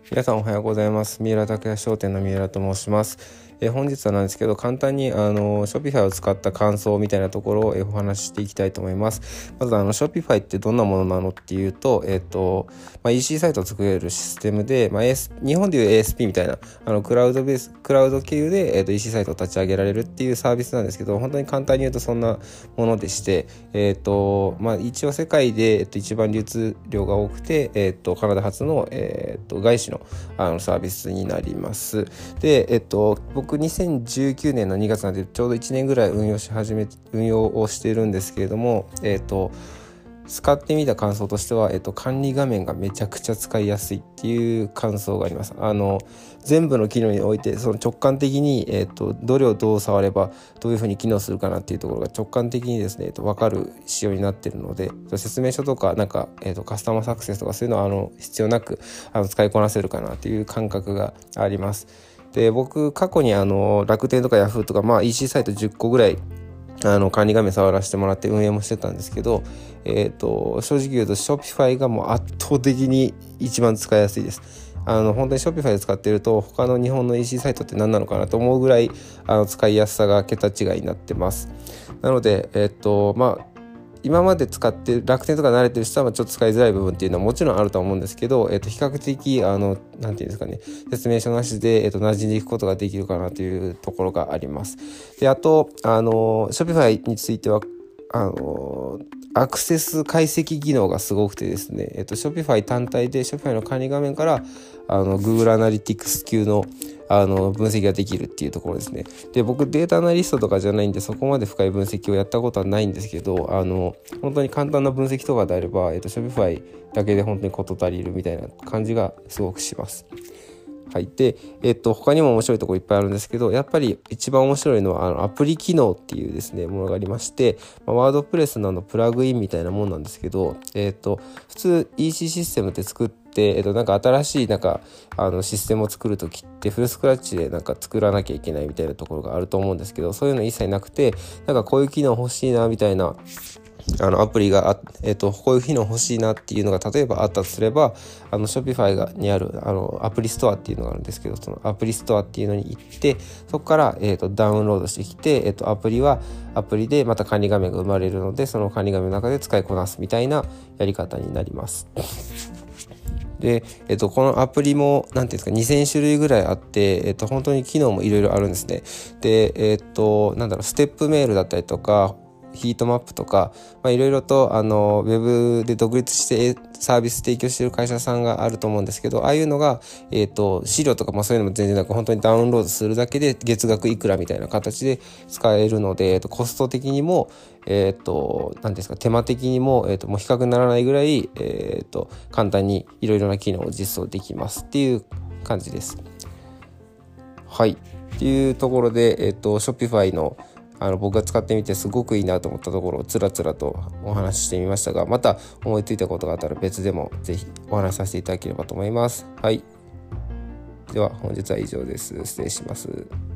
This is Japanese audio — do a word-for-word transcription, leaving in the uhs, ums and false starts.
皆さんおはようございます。三浦拓也商店の三浦と申します。えー、本日はなんですけど、簡単にあの Shopify を使った感想みたいなところを、えー、お話ししていきたいと思います。まずあの Shopify ってどんなものなのっていうと、えっ、ー、と、まあ、イーシー サイトを作れるシステムで、まあ、エーエス 日本でいう エーエスピー みたいなあのクラウドベースクラウド経由で、えー、と イーシー サイトを立ち上げられるっていうサービスなんですけど、本当に簡単に言うとそんなものでして、えっ、ー、とまあ、一応世界で、えー、と一番流通量が多くて、えっ、ー、とカナダ発の、えー、と外資のあのサービスになります。で、えっと、僕にせんじゅうきゅうねんのにがつなんでちょうどいちねんぐらい運用し始め運用をしているんですけれども、えっと、使ってみた感想としては、えっと、管理画面がめちゃくちゃ使いやすいっていう感想があります。あの全部の機能においてその直感的に、えっと、どれをどう触ればどういうふうに機能するかなっていうところが直感的にですね、えっと、分かる仕様になっているので、説明書とかなんか、えっと、カスタマーサクセスとかそういうのはあの必要なくあの使いこなせるかなっていう感覚があります。で、僕過去にあの楽天とかヤフーとか、まあ、イーシー サイトじゅっこぐらいあの管理画面触らせてもらって運営もしてたんですけど、えーと、正直言うと Shopify がもう圧倒的に一番使いやすいです。あの本当に Shopify を使っていると他の日本の イーシー サイトって何なのかなと思うぐらいあの使いやすさが桁違いになってます。なので、えーとまあ今まで使って楽天とか慣れてる人はちょっと使いづらい部分っていうのはもちろんあると思うんですけど、えっと、比較的あのなんていうんですかね、説明書なしで、えっと、馴染んでいくことができるかなというところがあります。で、あとあの Shopify についてはあのアクセス解析機能がすごくてですね、えっと、Shopify 単体で Shopify の管理画面からあの Google アナリティクス級のあの分析ができるっていうところですね。で、僕データアナリストとかじゃないんでそこまで深い分析をやったことはないんですけど、あの本当に簡単な分析とかであれば、えっと、Shopify だけで本当に事足りるみたいな感じがすごくします。はい、で、えっと、他にも面白いところいっぱいあるんですけど、やっぱり一番面白いのはあのアプリ機能っていうですねものがありまして、まあ、ワードプレスのあのプラグインみたいなもんなんですけど、えっと、普通 イーシー システムって作ってえっと、なんか新しいなんかあのシステムを作るときってフルスクラッチでなんか作らなきゃいけないみたいなところがあると思うんですけど、そういうの一切なくて、なんかこういう機能欲しいなみたいなあのアプリがあ、えっと、こういう機能欲しいなっていうのが例えばあったとすれば、あの Shopify がにあるあのアプリストアっていうのがあるんですけど、そのアプリストアっていうのに行ってそこから、えっと、ダウンロードしてきて、えっと、アプリはアプリでまた管理画面が生まれるので、その管理画面の中で使いこなすみたいなやり方になります。で、えっと、このアプリも何ていうんですかにせんしゅるいぐらいあって、えっと、本当に機能もいろいろあるんですね。で、えっと、なんだろう、ステップメールだったりとかヒートマップとかいろいろとあのウェブで独立してサービス提供している会社さんがあると思うんですけど、ああいうのが、えー、と資料とか、まあ、そういうのも全然なく本当にダウンロードするだけで月額いくらみたいな形で使えるので、えー、とコスト的にも、えー、と何ですか手間的にも、えー、ともう比較にならないぐらい、えー、と簡単にいろいろな機能を実装できますっていう感じです。はい、っていうところで、えー、と Shopify のあの僕が使ってみてすごくいいなと思ったところをつらつらとお話ししてみましたが、また思いついたことがあったら別でもぜひお話しさせていただければと思います。はい、では本日は以上です。失礼します。